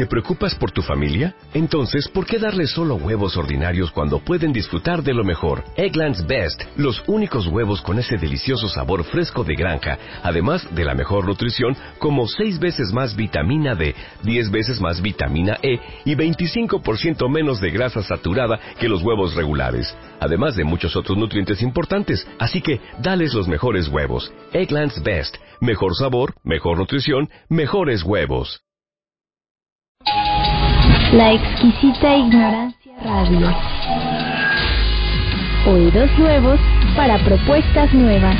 ¿Te preocupas por tu familia? Entonces, ¿por qué darles solo huevos ordinarios cuando pueden disfrutar de lo mejor? Eggland's Best, los únicos huevos con ese delicioso sabor fresco de granja, además de la mejor nutrición, como 6 veces más vitamina D, 10 veces más vitamina E y 25% menos de grasa saturada que los huevos regulares, además de muchos otros nutrientes importantes. Así que, dales los mejores huevos. Eggland's Best, mejor sabor, mejor nutrición, mejores huevos. La exquisita ignorancia radio. Oídos nuevos para propuestas nuevas.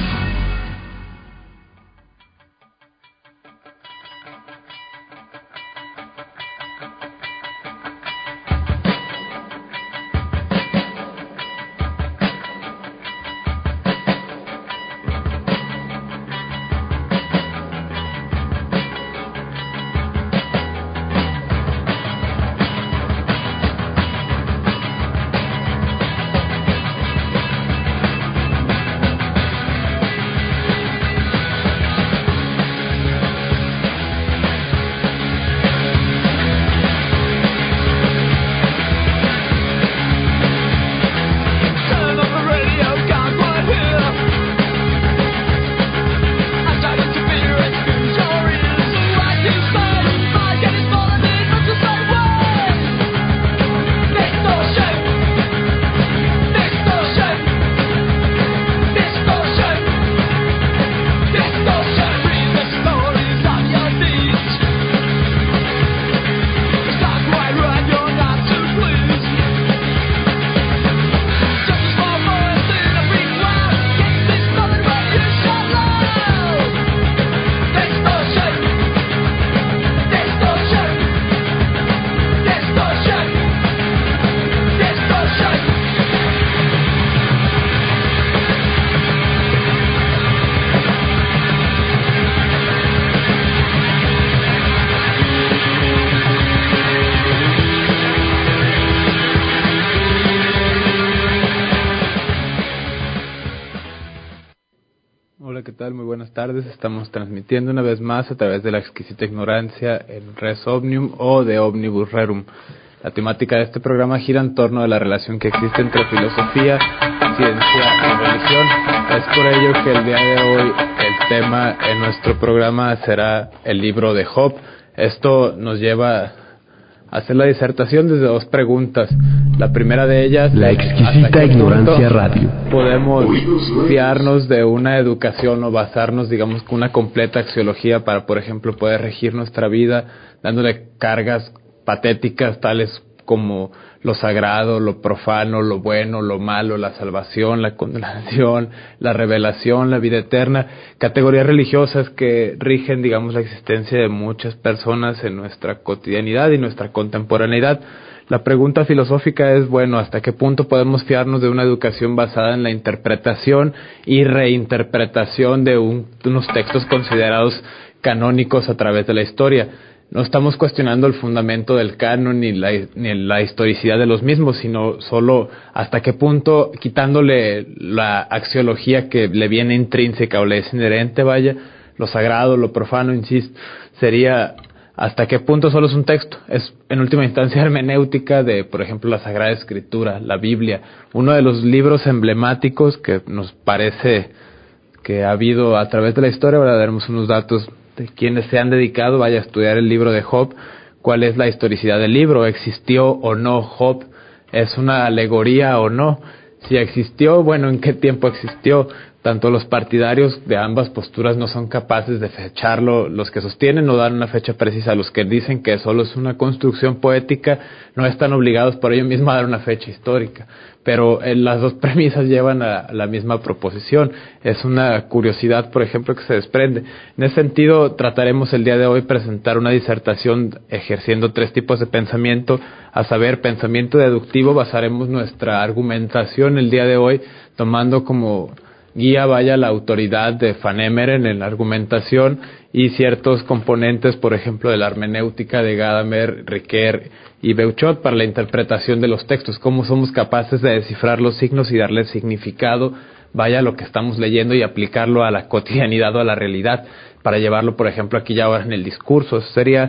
Muy buenas tardes, estamos transmitiendo una vez más a través de la exquisita ignorancia en Res Omnium o de Omnibus Rerum. La temática de este programa gira en torno a la relación que existe entre filosofía, ciencia y religión. Es por ello que el día de hoy el tema en nuestro programa será el libro de Job. Esto nos lleva a hacer la disertación desde 2 preguntas. La primera de ellas, la exquisita ignorancia radio. ¿Podemos fiarnos de una educación o basarnos, digamos, con una completa axiología para, por ejemplo, poder regir nuestra vida, dándole cargas patéticas tales como lo sagrado, lo profano, lo bueno, lo malo, la salvación, la condenación, la revelación, la vida eterna, categorías religiosas que rigen, digamos, la existencia de muchas personas en nuestra cotidianidad y nuestra contemporaneidad? La pregunta filosófica es, bueno, ¿hasta qué punto podemos fiarnos de una educación basada en la interpretación y reinterpretación de unos textos considerados canónicos a través de la historia? No estamos cuestionando el fundamento del canon ni la historicidad de los mismos, sino solo hasta qué punto, quitándole la axiología que le viene intrínseca o le es inherente, lo sagrado, lo profano, insisto, sería hasta qué punto solo es un texto. Es en última instancia hermenéutica de, por ejemplo, la Sagrada Escritura, la Biblia, uno de los libros emblemáticos que nos parece que ha habido a través de la historia. Ahora daremos unos datos de quienes se han dedicado a estudiar el libro de Job. ¿Cuál es la historicidad del libro? ¿Existió o no Job? ¿Es una alegoría o no? Si existió, bueno, ¿en qué tiempo existió? Tanto los partidarios de ambas posturas no son capaces de fecharlo. Los que sostienen no dan una fecha precisa. Los que dicen que solo es una construcción poética no están obligados por ello mismo a dar una fecha histórica. Pero las 2 premisas llevan a la misma proposición. Es una curiosidad, por ejemplo, que se desprende. En ese sentido, trataremos el día de hoy presentar una disertación ejerciendo 3 tipos de pensamiento, a saber, pensamiento deductivo. Basaremos nuestra argumentación el día de hoy tomando como guía la autoridad de Van Emeren en la argumentación y ciertos componentes, por ejemplo, de la hermenéutica de Gadamer, Ricoeur y Beuchot para la interpretación de los textos, cómo somos capaces de descifrar los signos y darle significado, a lo que estamos leyendo y aplicarlo a la cotidianidad o a la realidad, para llevarlo, por ejemplo, aquí ya ahora en el discurso. Eso sería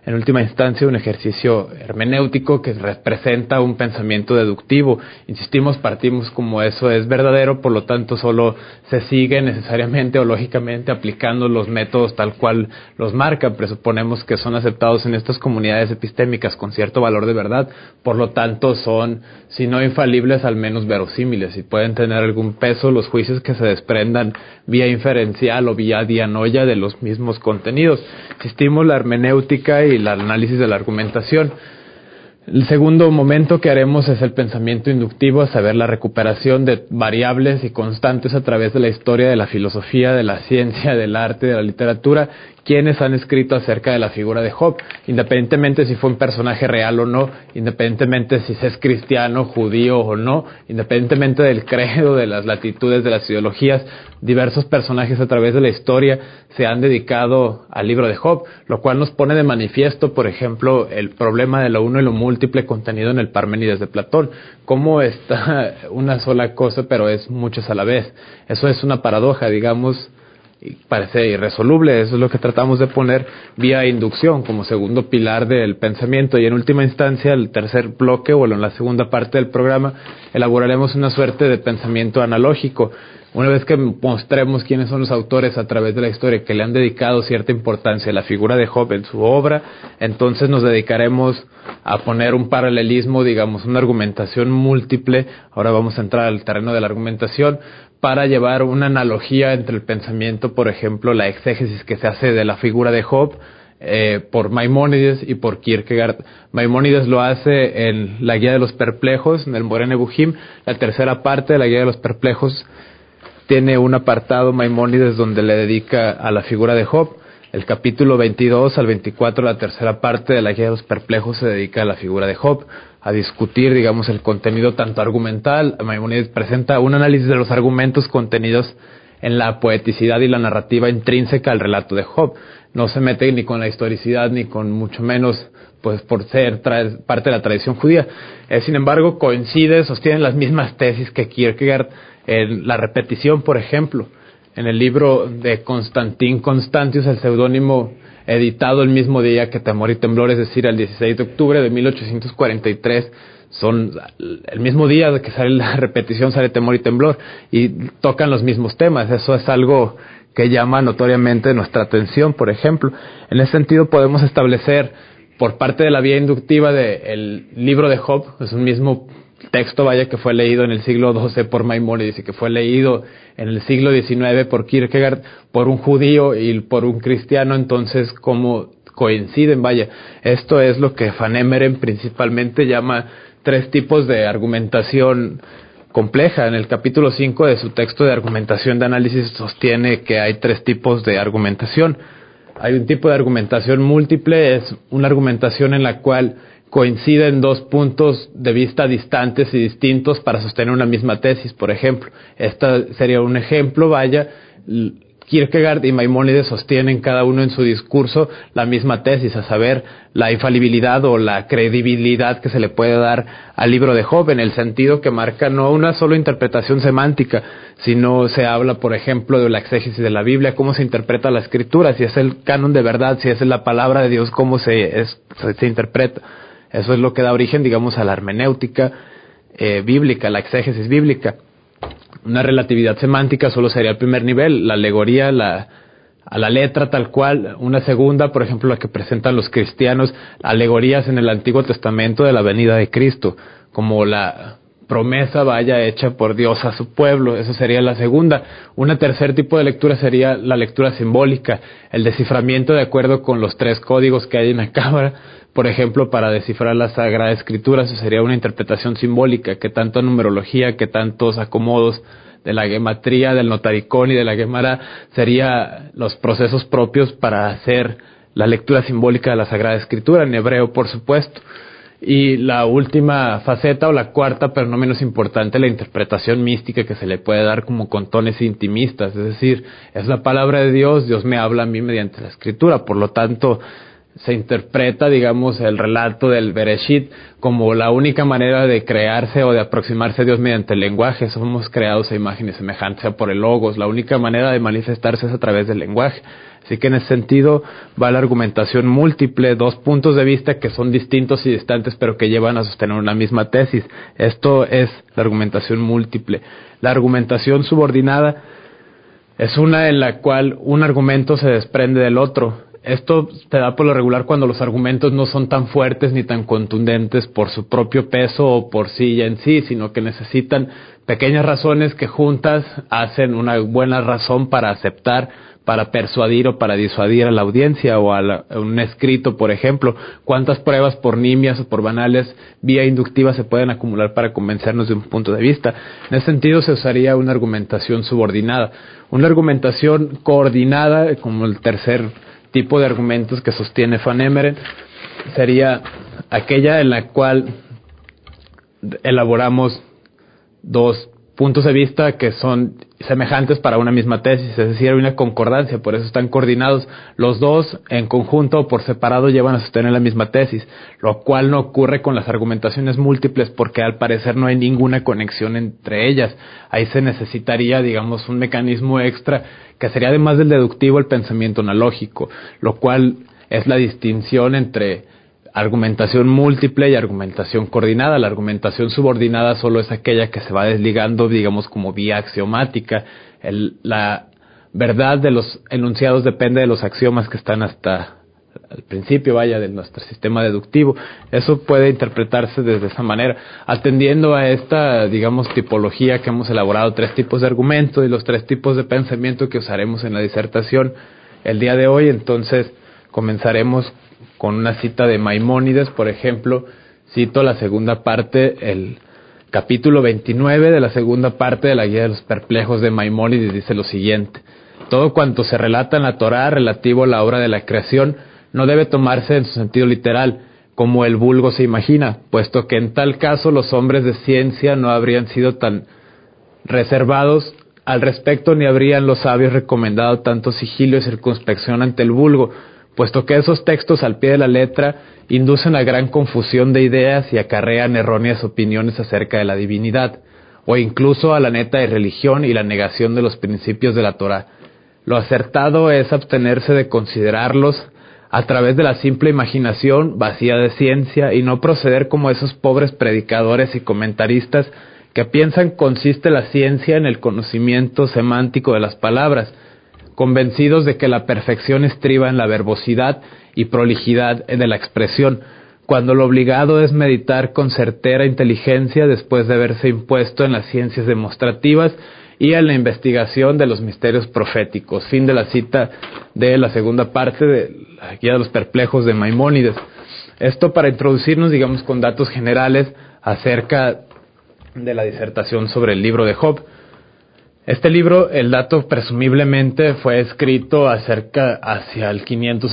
en última instancia un ejercicio hermenéutico que representa un pensamiento deductivo. Insistimos, partimos como eso es verdadero, por lo tanto solo se sigue necesariamente o lógicamente aplicando los métodos tal cual los marcan. Presuponemos que son aceptados en estas comunidades epistémicas con cierto valor de verdad, por lo tanto son, si no infalibles, al menos verosímiles, y pueden tener algún peso los juicios que se desprendan vía inferencial o vía dianoia de los mismos contenidos. Insistimos, la hermenéutica y el análisis de la argumentación. El segundo momento que haremos es el pensamiento inductivo, a saber, la recuperación de variables y constantes a través de la historia de la filosofía, de la ciencia, del arte, de la literatura, quienes han escrito acerca de la figura de Job, independientemente si fue un personaje real o no, independientemente si es cristiano, judío o no, independientemente del credo, de las latitudes, de las ideologías. Diversos personajes a través de la historia se han dedicado al libro de Job, lo cual nos pone de manifiesto, por ejemplo, el problema de lo uno y lo múltiple contenido en el Parménides de Platón. Cómo está una sola cosa, pero es muchas a la vez. Eso es una paradoja, digamos, y parece irresoluble. Eso es lo que tratamos de poner vía inducción como segundo pilar del pensamiento, y en última instancia, el tercer bloque, o en la segunda parte del programa, elaboraremos una suerte de pensamiento analógico. Una vez que mostremos quiénes son los autores a través de la historia que le han dedicado cierta importancia a la figura de Job en su obra, entonces nos dedicaremos a poner un paralelismo, digamos, una argumentación múltiple. Ahora vamos a entrar al terreno de la argumentación para llevar una analogía entre el pensamiento, por ejemplo, la exégesis que se hace de la figura de Job por Maimónides y por Kierkegaard. Maimónides lo hace en la Guía de los Perplejos, en el Moreh Nevuchim. La tercera parte de la Guía de los Perplejos tiene un apartado, Maimónides, donde le dedica a la figura de Job. El capítulo 22 al 24, la tercera parte de la Guía de los Perplejos, se dedica a la figura de Job, a discutir, digamos, el contenido tanto argumental. Maimónides presenta un análisis de los argumentos contenidos en la poeticidad y la narrativa intrínseca al relato de Job. No se mete ni con la historicidad, ni con mucho menos, pues, por ser parte de la tradición judía. Sin embargo, coincide, sostienen las mismas tesis que Kierkegaard en la repetición, por ejemplo. En el libro de Constantin Constantius, el seudónimo editado el mismo día que Temor y Temblor, es decir, el 16 de octubre de 1843, son el mismo día de que sale la repetición, sale Temor y Temblor, y tocan los mismos temas. Eso es algo que llama notoriamente nuestra atención, por ejemplo. En ese sentido podemos establecer, por parte de la vía inductiva del libro de Job, es un mismo texto, que fue leído en el siglo XII por Maimónides y que fue leído en el siglo XIX por Kierkegaard, por un judío y por un cristiano. Entonces, ¿cómo coinciden? Esto es lo que Van Emeren principalmente llama tres tipos de argumentación compleja. En el capítulo 5 de su texto de argumentación de análisis sostiene que hay tres tipos de argumentación. Hay un tipo de argumentación múltiple, es una argumentación en la cual coinciden dos puntos de vista distantes y distintos para sostener una misma tesis, por ejemplo. Esta sería un ejemplo, Kierkegaard y Maimónides sostienen cada uno en su discurso la misma tesis, a saber, la infalibilidad o la credibilidad que se le puede dar al libro de Job, en el sentido que marca no una solo interpretación semántica, sino se habla, por ejemplo, de la exégesis de la Biblia, cómo se interpreta la Escritura, si es el canon de verdad, si es la palabra de Dios, cómo se interpreta. Eso es lo que da origen, digamos, a la hermenéutica bíblica, la exégesis bíblica. Una relatividad semántica solo sería el primer nivel, la alegoría a la letra tal cual. Una segunda, por ejemplo, la que presentan los cristianos, alegorías en el Antiguo Testamento de la venida de Cristo, como la promesa hecha por Dios a su pueblo. Eso sería la segunda. Un tercer tipo de lectura sería la lectura simbólica, el desciframiento de acuerdo con los tres códigos que hay en la cámara. Por ejemplo, para descifrar la Sagrada Escritura, eso sería una interpretación simbólica, que tanto numerología, que tantos acomodos de la gematría, del notaricón y de la gemara sería los procesos propios para hacer la lectura simbólica de la Sagrada Escritura, en hebreo, por supuesto. Y la última faceta, o la cuarta, pero no menos importante, la interpretación mística que se le puede dar como con tones intimistas, es decir, es la palabra de Dios, Dios me habla a mí mediante la Escritura, por lo tanto, se interpreta, digamos, el relato del Bereshit como la única manera de crearse o de aproximarse a Dios mediante el lenguaje. Somos creados a imagen y semejanza por el Logos. La única manera de manifestarse es a través del lenguaje. Así que en ese sentido va la argumentación múltiple, dos puntos de vista que son distintos y distantes, pero que llevan a sostener una misma tesis. Esto es la argumentación múltiple. La argumentación subordinada es una en la cual un argumento se desprende del otro. Esto se da por lo regular cuando los argumentos no son tan fuertes ni tan contundentes por su propio peso o por sí ya en sí, sino que necesitan pequeñas razones que juntas hacen una buena razón para aceptar, para persuadir o para disuadir a la audiencia o a un escrito, por ejemplo. ¿Cuántas pruebas por nimias o por banales vía inductiva se pueden acumular para convencernos de un punto de vista? En ese sentido se usaría una argumentación subordinada. Una argumentación coordinada, como el tercer tipo de argumentos que sostiene Van Emeren, sería aquella en la cual elaboramos dos puntos de vista que son semejantes para una misma tesis, es decir, hay una concordancia, por eso están coordinados. Los dos en conjunto o por separado llevan a sostener la misma tesis, lo cual no ocurre con las argumentaciones múltiples porque al parecer no hay ninguna conexión entre ellas. Ahí se necesitaría, digamos, un mecanismo extra que sería además del deductivo el pensamiento analógico, lo cual es la distinción entre argumentación múltiple y argumentación coordinada. La argumentación subordinada solo es aquella que se va desligando, digamos, como vía axiomática. La verdad de los enunciados depende de los axiomas que están hasta el principio, de nuestro sistema deductivo. Eso puede interpretarse desde esa manera. Atendiendo a esta, digamos, tipología que hemos elaborado, tres tipos de argumento y los tres tipos de pensamiento que usaremos en la disertación el día de hoy, entonces comenzaremos con una cita de Maimónides, por ejemplo. Cito la segunda parte, el capítulo 29 de la segunda parte de la Guía de los Perplejos de Maimónides, dice lo siguiente: todo cuanto se relata en la Torá relativo a la obra de la creación no debe tomarse en su sentido literal, como el vulgo se imagina, puesto que en tal caso los hombres de ciencia no habrían sido tan reservados al respecto, ni habrían los sabios recomendado tanto sigilo y circunspección ante el vulgo, puesto que esos textos al pie de la letra inducen a gran confusión de ideas y acarrean erróneas opiniones acerca de la divinidad, o incluso a la neta de religión y la negación de los principios de la Torá. Lo acertado es abstenerse de considerarlos a través de la simple imaginación vacía de ciencia y no proceder como esos pobres predicadores y comentaristas que piensan consiste la ciencia en el conocimiento semántico de las palabras, convencidos de que la perfección estriba en la verbosidad y prolijidad de la expresión, cuando lo obligado es meditar con certera inteligencia después de haberse impuesto en las ciencias demostrativas y en la investigación de los misterios proféticos. Fin de la cita de la segunda parte de la Guía de los Perplejos de Maimónides. Esto para introducirnos, digamos, con datos generales acerca de la disertación sobre el libro de Job. Este libro, el dato presumiblemente fue escrito hacia el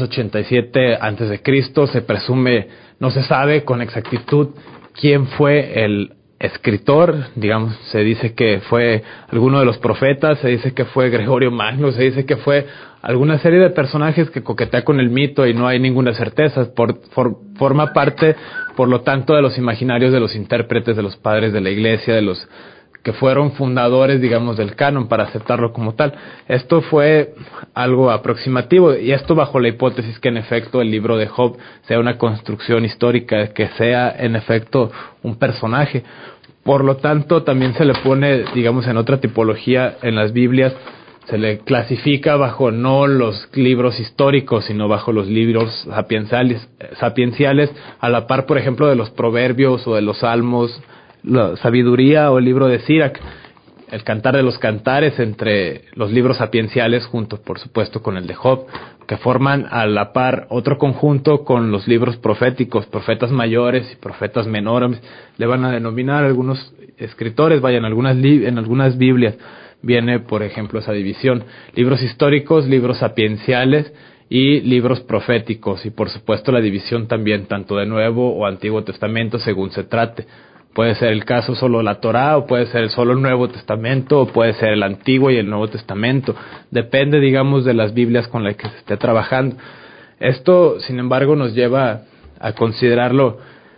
587 a.C. Se presume, no se sabe con exactitud quién fue el escritor. Digamos, se dice que fue alguno de los profetas, se dice que fue Gregorio Magno, se dice que fue alguna serie de personajes que coquetea con el mito y no hay ninguna certeza. Forma parte, por lo tanto, de los imaginarios de los intérpretes, de los padres de la iglesia, de los que fueron fundadores, digamos, del canon, para aceptarlo como tal. Esto fue algo aproximativo, y esto bajo la hipótesis que en efecto el libro de Job sea una construcción histórica, que sea en efecto un personaje. Por lo tanto, también se le pone, digamos, en otra tipología en las Biblias, se le clasifica bajo no los libros históricos, sino bajo los libros sapienciales, a la par, por ejemplo, de los proverbios o de los salmos, la sabiduría o el libro de Sirac, el cantar de los cantares, entre los libros sapienciales junto, por supuesto, con el de Job, que forman a la par otro conjunto con los libros proféticos, profetas mayores y profetas menores, le van a denominar algunos escritores, en algunas Biblias viene, por ejemplo, esa división: libros históricos, libros sapienciales y libros proféticos, y por supuesto la división también tanto de Nuevo o Antiguo Testamento según se trate. Puede ser el caso solo la Torá, o puede ser solo el Nuevo Testamento, o puede ser el Antiguo y el Nuevo Testamento. Depende, digamos, de las Biblias con las que se esté trabajando. Esto, sin embargo, nos lleva a considerarlo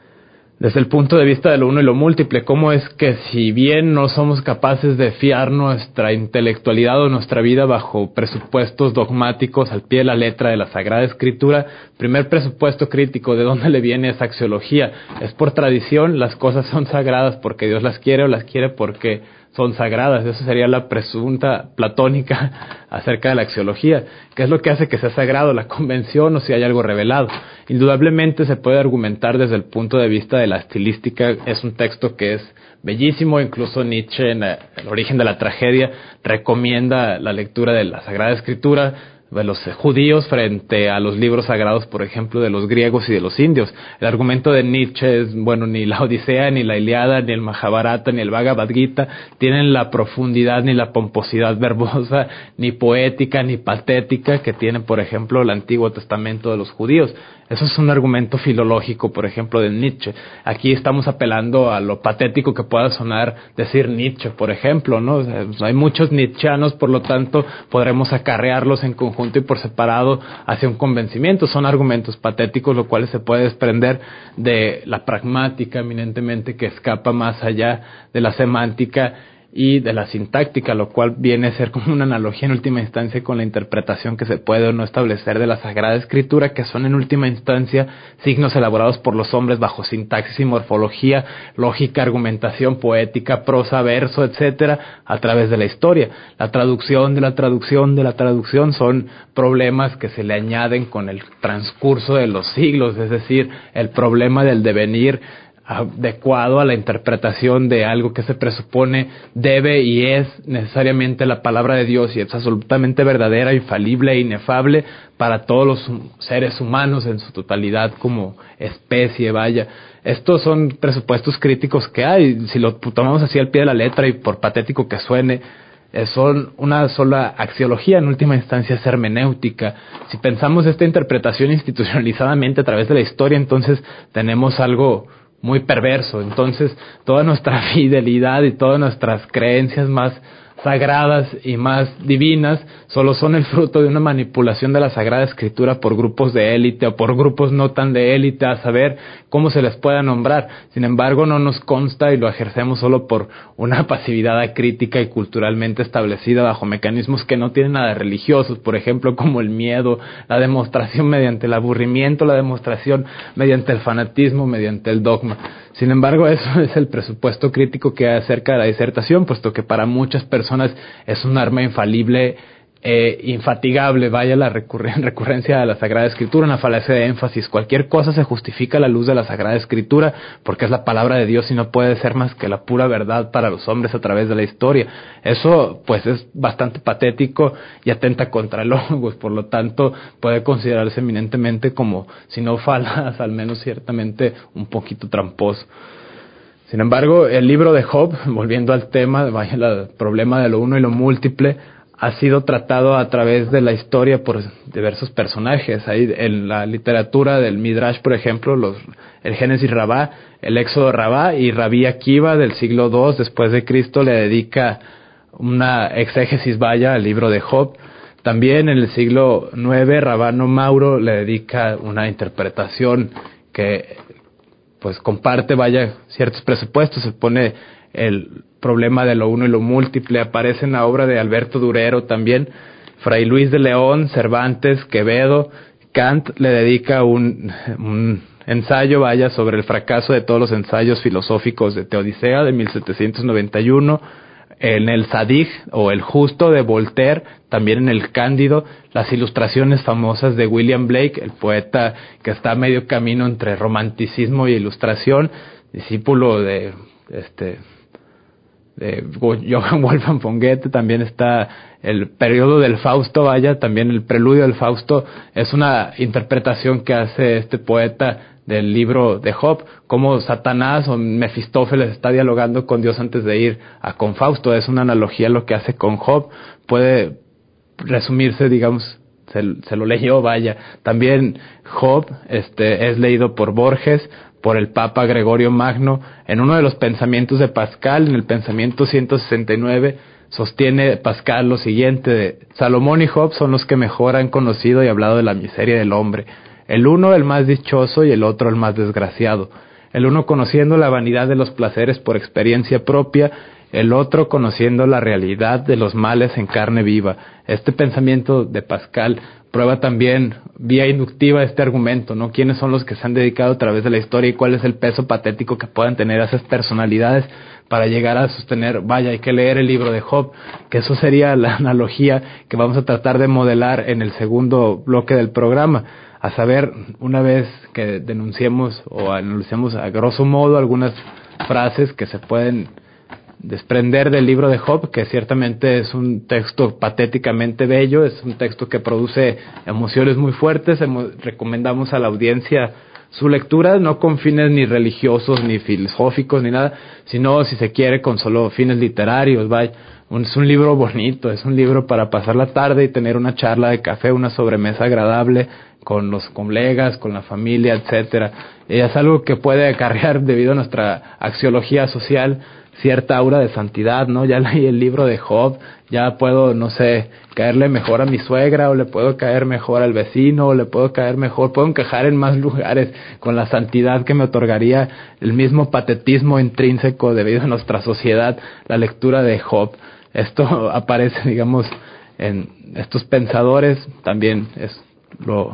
desde el punto de vista de lo uno y lo múltiple. ¿Cómo es que, si bien no somos capaces de fiar nuestra intelectualidad o nuestra vida bajo presupuestos dogmáticos al pie de la letra de la Sagrada Escritura, primer presupuesto crítico, ¿de dónde le viene esa axiología? Es por tradición, las cosas son sagradas porque Dios las quiere, o las quiere porque son sagradas. Eso sería la presunta platónica acerca de la axiología. ¿Qué es lo que hace que sea sagrado? ¿La convención o si hay algo revelado? Indudablemente se puede argumentar desde el punto de vista de la estilística. Es un texto que es bellísimo. Incluso Nietzsche, en El origen de la tragedia, recomienda la lectura de la Sagrada Escritura de los judíos frente a los libros sagrados, por ejemplo, de los griegos y de los indios. El argumento de Nietzsche es, bueno, ni la Odisea, ni la Ilíada, ni el Mahabharata, ni el Bhagavad Gita tienen la profundidad ni la pomposidad verbosa, ni poética, ni patética que tiene, por ejemplo, el Antiguo Testamento de los judíos. Eso es un argumento filológico, por ejemplo, de Nietzsche. Aquí estamos apelando a lo patético que pueda sonar decir Nietzsche, por ejemplo, ¿no? O sea, hay muchos nietzscheanos, por lo tanto, podremos acarrearlos en conjunto y por separado hacia un convencimiento. Son argumentos patéticos, lo cual se puede desprender de la pragmática eminentemente que escapa más allá de la semántica y de la sintáctica, lo cual viene a ser como una analogía en última instancia con la interpretación que se puede o no establecer de la Sagrada Escritura, que son en última instancia signos elaborados por los hombres bajo sintaxis y morfología, lógica, argumentación, poética, prosa, verso, etcétera, a través de la historia. La traducción de la traducción de la traducción son problemas que se le añaden con el transcurso de los siglos, es decir, el problema del devenir adecuado a la interpretación de algo que se presupone debe y es necesariamente la palabra de Dios, y es absolutamente verdadera, infalible e inefable para todos los seres humanos en su totalidad como especie, vaya. Estos son presupuestos críticos que hay. Si lo tomamos así al pie de la letra, y por patético que suene, son una sola axiología, en última instancia es hermenéutica. Si pensamos esta interpretación institucionalizadamente a través de la historia, entonces tenemos algo muy perverso. Entonces toda nuestra fidelidad y todas nuestras creencias más sagradas y más divinas solo son el fruto de una manipulación de la Sagrada Escritura por grupos de élite o por grupos no tan de élite, a saber cómo se les pueda nombrar. Sin embargo, no nos consta y lo ejercemos solo por una pasividad acrítica y culturalmente establecida bajo mecanismos que no tienen nada de religiosos, por ejemplo, como el miedo, la demostración mediante el aburrimiento, la demostración mediante el fanatismo, mediante el dogma. Sin embargo, eso es el presupuesto crítico que hay acerca de la disertación, puesto que para muchas personas es un arma infalible, infatigable, vaya la recurrencia de la Sagrada Escritura, una falacia de énfasis. Cualquier cosa se justifica a la luz de la Sagrada Escritura, porque es la palabra de Dios y no puede ser más que la pura verdad para los hombres a través de la historia. Eso, pues, es bastante patético y atenta contra el logos, por lo tanto, puede considerarse eminentemente como, si no falaz, al menos ciertamente un poquito tramposo. Sin embargo, el libro de Job, volviendo al tema, vaya, el problema de lo uno y lo múltiple, ha sido tratado a través de la historia por diversos personajes. Ahí en la literatura del Midrash, por ejemplo, el Génesis Rabá, el Éxodo Rabá, y Rabí Akiva del siglo II después de Cristo le dedica una exégesis, vaya, al libro de Job. También en el siglo IX, Rabano Mauro le dedica una interpretación que, pues, comparte, vaya, ciertos presupuestos. Se pone el problema de lo uno y lo múltiple. Aparece en la obra de Alberto Durero también. Fray Luis de León, Cervantes, Quevedo, Kant le dedica un ensayo, vaya, sobre el fracaso de todos los ensayos filosóficos de Teodicea de 1791. En el Zadig o el Justo de Voltaire, también en el Cándido, las ilustraciones famosas de William Blake, el poeta que está a medio camino entre romanticismo y ilustración, discípulo de Johann Wolfgang von Goethe. También está el periodo del Fausto, vaya, también el preludio del Fausto es una interpretación que hace este poeta del libro de Job, como Satanás o Mefistófeles está dialogando con Dios antes de ir con Fausto. Es una analogía lo que hace con Job. Puede resumirse, digamos, se lo leyó, vaya. También Job es leído por Borges, por el Papa Gregorio Magno. En uno de los pensamientos de Pascal, en el pensamiento 169, sostiene Pascal lo siguiente: Salomón y Job son los que mejor han conocido y hablado de la miseria del hombre. El uno el más dichoso y el otro el más desgraciado. El uno conociendo la vanidad de los placeres por experiencia propia, el otro conociendo la realidad de los males en carne viva. Este pensamiento de Pascal prueba también vía inductiva este argumento, ¿no? ¿Quiénes son los que se han dedicado a través de la historia y cuál es el peso patético que puedan tener esas personalidades para llegar a sostener, vaya, hay que leer el libro de Job? Que eso sería la analogía que vamos a tratar de modelar en el segundo bloque del programa. A saber, una vez que denunciemos o analicemos a grosso modo algunas frases que se pueden desprender del libro de Job, que ciertamente es un texto patéticamente bello, es un texto que produce emociones muy fuertes. Recomendamos a la audiencia su lectura, no con fines ni religiosos, ni filosóficos, ni nada, sino, si se quiere, con solo fines literarios. Vaya, es un libro bonito, es un libro para pasar la tarde y tener una charla de café, una sobremesa agradable con los colegas, con la familia, etcétera. Y es algo que puede acarrear, debido a nuestra axiología social, cierta aura de santidad, ¿no? Ya leí el libro de Job, ya puedo, no sé, caerle mejor a mi suegra, o le puedo caer mejor al vecino, o le puedo caer mejor, puedo encajar en más lugares con la santidad que me otorgaría el mismo patetismo intrínseco debido a nuestra sociedad, la lectura de Job. Esto aparece, digamos, en estos pensadores, también es lo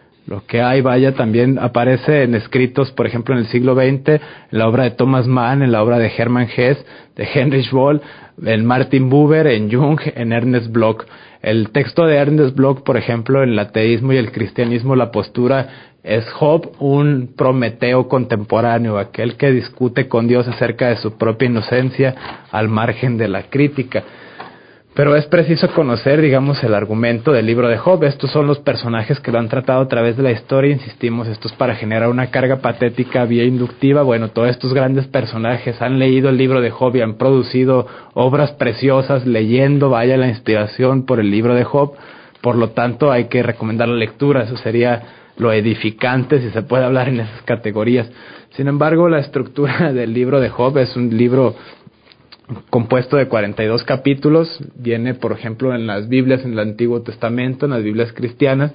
que hay, vaya, también aparece en escritos, por ejemplo, en el siglo XX, en la obra de Thomas Mann, en la obra de Hermann Hesse, de Heinrich Böll, en Martin Buber, en Jung, en Ernest Bloch. El texto de Ernest Bloch, por ejemplo, en el ateísmo y el cristianismo, la postura es Job, un Prometeo contemporáneo, aquel que discute con Dios acerca de su propia inocencia al margen de la crítica. Pero es preciso conocer, digamos, el argumento del libro de Job. Estos son los personajes que lo han tratado a través de la historia, insistimos, esto es para generar una carga patética vía inductiva. Bueno, todos estos grandes personajes han leído el libro de Job y han producido obras preciosas leyendo, vaya, la inspiración por el libro de Job. Por lo tanto, hay que recomendar la lectura, eso sería lo edificante, si se puede hablar en esas categorías. Sin embargo, la estructura del libro de Job es un libro compuesto de 42 capítulos, viene, por ejemplo, en las Biblias en el Antiguo Testamento, en las Biblias cristianas,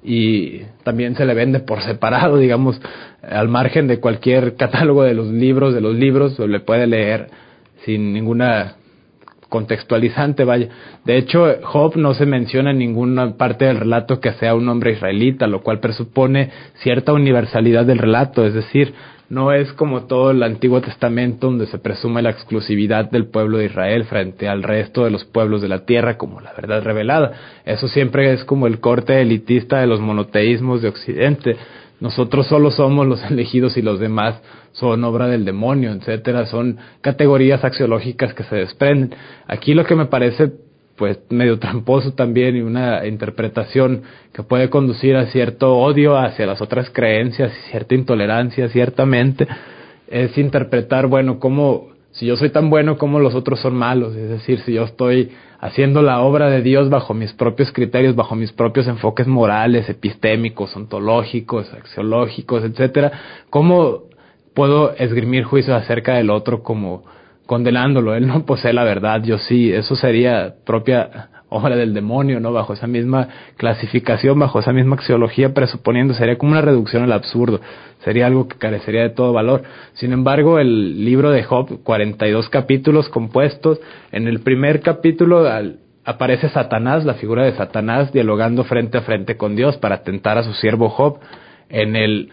y también se le vende por separado, digamos, al margen de cualquier catálogo de los libros, se le puede leer sin ninguna contextualizante, vaya. De hecho, Job no se menciona en ninguna parte del relato que sea un hombre israelita, lo cual presupone cierta universalidad del relato, es decir, no es como todo el Antiguo Testamento, donde se presume la exclusividad del pueblo de Israel frente al resto de los pueblos de la tierra como la verdad revelada. Eso siempre es como el corte elitista de los monoteísmos de Occidente. Nosotros solo somos los elegidos y los demás son obra del demonio, etcétera. Son categorías axiológicas que se desprenden. Aquí lo que me parece pues medio tramposo también, y una interpretación que puede conducir a cierto odio hacia las otras creencias y cierta intolerancia, ciertamente, es interpretar, bueno, cómo, si yo soy tan bueno, cómo los otros son malos. Es decir, si yo estoy haciendo la obra de Dios bajo mis propios criterios, bajo mis propios enfoques morales, epistémicos, ontológicos, axiológicos, etcétera, ¿cómo puedo esgrimir juicios acerca del otro como condenándolo? Él no posee la verdad, yo sí. Eso sería propia obra del demonio, ¿no? Bajo esa misma clasificación, bajo esa misma axiología, presuponiendo, sería como una reducción al absurdo, sería algo que carecería de todo valor. Sin embargo, el libro de Job, 42 capítulos compuestos, en el primer capítulo aparece Satanás, la figura de Satanás, dialogando frente a frente con Dios para tentar a su siervo Job. En el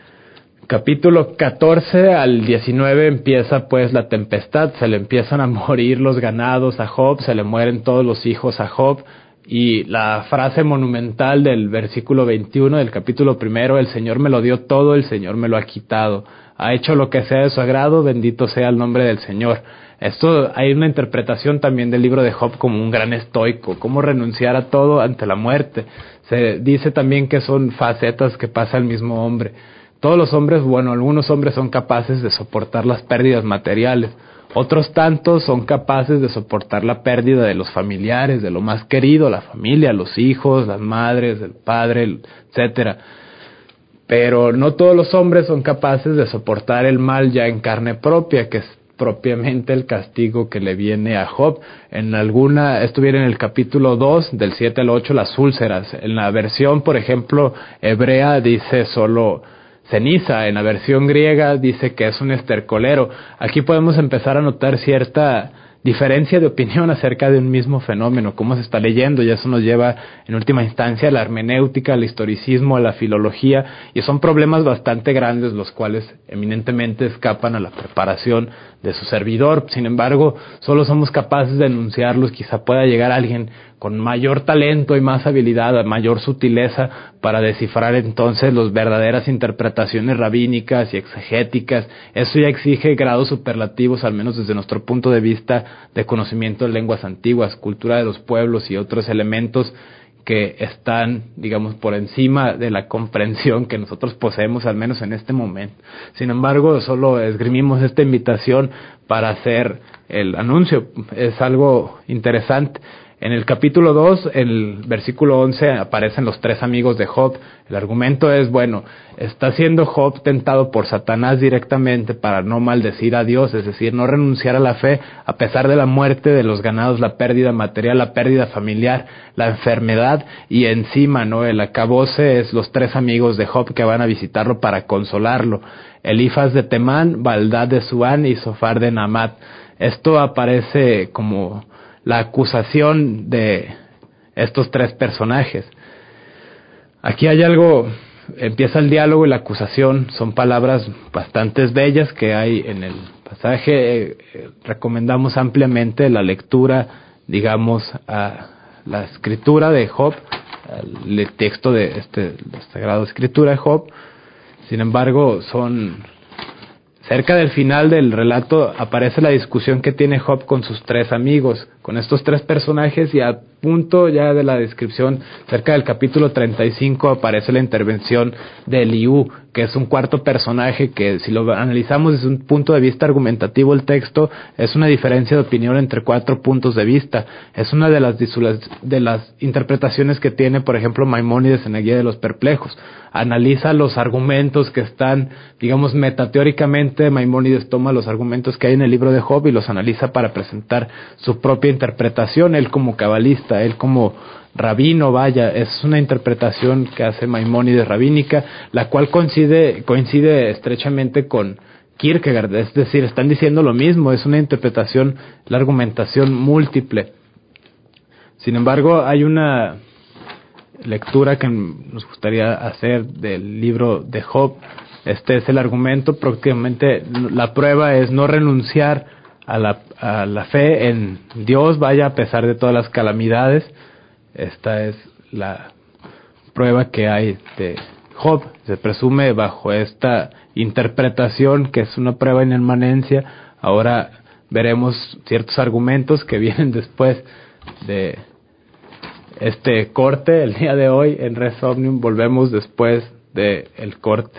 capítulo 14 al 19 empieza pues la tempestad, se le empiezan a morir los ganados a Job, se le mueren todos los hijos a Job, y la frase monumental del versículo 21 del capítulo primero: el Señor me lo dio todo, el Señor me lo ha quitado, ha hecho lo que sea de su agrado, bendito sea el nombre del Señor. Esto, hay una interpretación también del libro de Job como un gran estoico, cómo renunciar a todo ante la muerte. Se dice también que son facetas que pasa el mismo hombre. Todos los hombres, bueno, algunos hombres son capaces de soportar las pérdidas materiales, otros tantos son capaces de soportar la pérdida de los familiares, de lo más querido, la familia, los hijos, las madres, el padre, etcétera. Pero no todos los hombres son capaces de soportar el mal ya en carne propia, que propiamente el castigo que le viene a Job. Esto viene en el capítulo 2, del 7 al 8, las úlceras. En la versión, por ejemplo, hebrea dice solo ceniza, en la versión griega dice que es un estercolero. Aquí podemos empezar a notar cierta diferencia de opinión acerca de un mismo fenómeno, cómo se está leyendo, y eso nos lleva en última instancia a la hermenéutica, al historicismo, a la filología, y son problemas bastante grandes los cuales eminentemente escapan a la preparación de su servidor. Sin embargo, solo somos capaces de enunciarlos. Quizá pueda llegar alguien con mayor talento y más habilidad, mayor sutileza, para descifrar entonces las verdaderas interpretaciones rabínicas y exegéticas. Eso ya exige grados superlativos, al menos desde nuestro punto de vista, de conocimiento de lenguas antiguas, cultura de los pueblos y otros elementos que están, digamos, por encima de la comprensión que nosotros poseemos, al menos en este momento. Sin embargo, solo esgrimimos esta invitación para hacer el anuncio. Es algo interesante. En el capítulo 2, el versículo 11, aparecen los tres amigos de Job. El argumento es, está siendo Job tentado por Satanás directamente para no maldecir a Dios, es decir, no renunciar a la fe a pesar de la muerte de los ganados, la pérdida material, la pérdida familiar, la enfermedad, y encima, el acabose es los tres amigos de Job que van a visitarlo para consolarlo: Elifaz de Temán, Baldad de Suán y Sofar de Naamat. Esto aparece como la acusación de estos tres personajes. Aquí hay algo, empieza el diálogo y la acusación, son palabras bastante bellas que hay en el pasaje. Recomendamos ampliamente la lectura, digamos, a la escritura de Job, el texto de este sagrado escritura de Job. Sin embargo, cerca del final del relato aparece la discusión que tiene Job con sus tres amigos, con estos tres personajes, y a punto ya de la descripción, cerca del capítulo 35, aparece la intervención de Eliú, que es un cuarto personaje que, si lo analizamos desde un punto de vista argumentativo, el texto es una diferencia de opinión entre cuatro puntos de vista. Es una de las interpretaciones que tiene, por ejemplo, Maimónides en la Guía de los Perplejos. Analiza los argumentos que están, digamos, metateóricamente. Maimónides toma los argumentos que hay en el libro de Job y los analiza para presentar su propia interpretación. Él como cabalista, él como rabino, es una interpretación que hace Maimónides rabínica, la cual coincide estrechamente con Kierkegaard, es decir, están diciendo lo mismo, es una interpretación, la argumentación múltiple. Sin embargo, hay una lectura que nos gustaría hacer del libro de Job. Este es el argumento. Prácticamente la prueba es no renunciar a la fe en Dios, a pesar de todas las calamidades. Esta es la prueba que hay de Job. Se presume bajo esta interpretación que es una prueba en inmanencia. Ahora veremos ciertos argumentos que vienen después de este corte. El día de hoy en Res Omnium volvemos después del corte.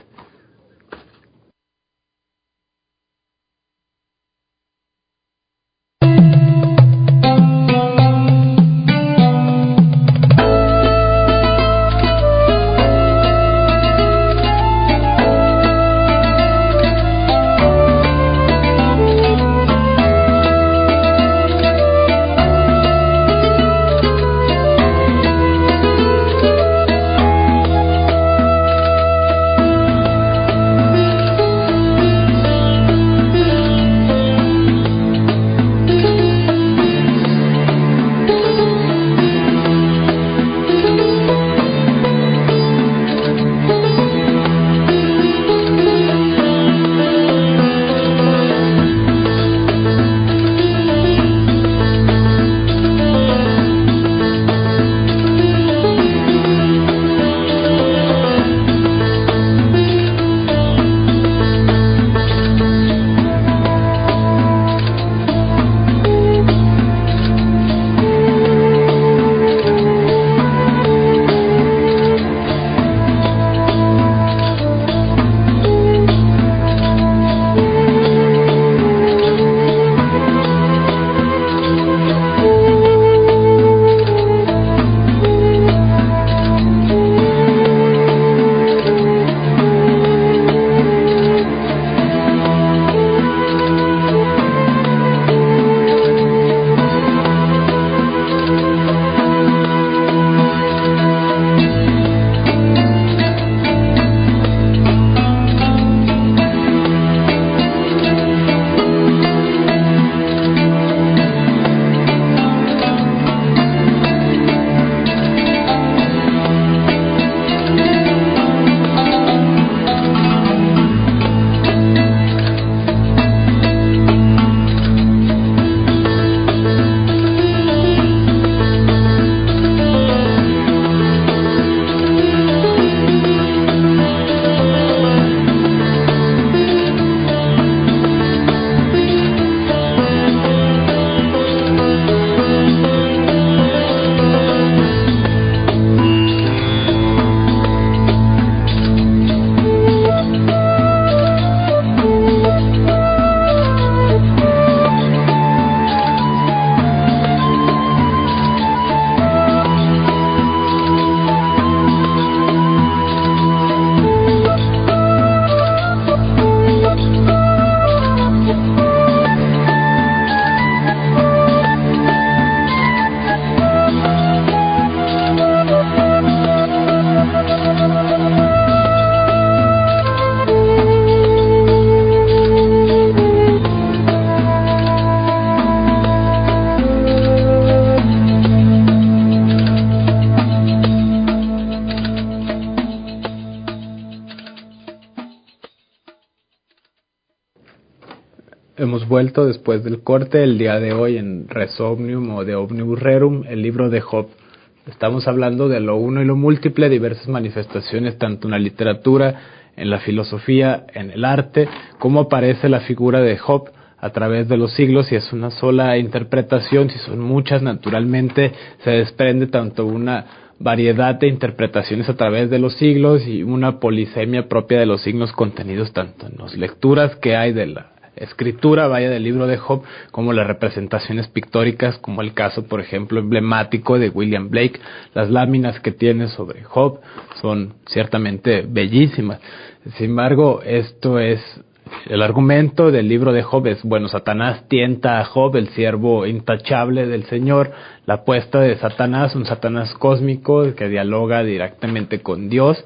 Hemos vuelto después del corte el día de hoy en Res Omnium o de Omnibus Rerum, el libro de Job. Estamos hablando de lo uno y lo múltiple, diversas manifestaciones tanto en la literatura, en la filosofía, en el arte, cómo aparece la figura de Job a través de los siglos, si es una sola interpretación, si son muchas, naturalmente se desprende tanto una variedad de interpretaciones a través de los siglos y una polisemia propia de los signos contenidos tanto en las lecturas que hay de la escritura, del libro de Job, como las representaciones pictóricas, como el caso, por ejemplo, emblemático de William Blake. Las láminas que tiene sobre Job son ciertamente bellísimas. Sin embargo, esto es el argumento del libro de Job. Satanás tienta a Job, el siervo intachable del Señor, la apuesta de Satanás, un Satanás cósmico que dialoga directamente con Dios.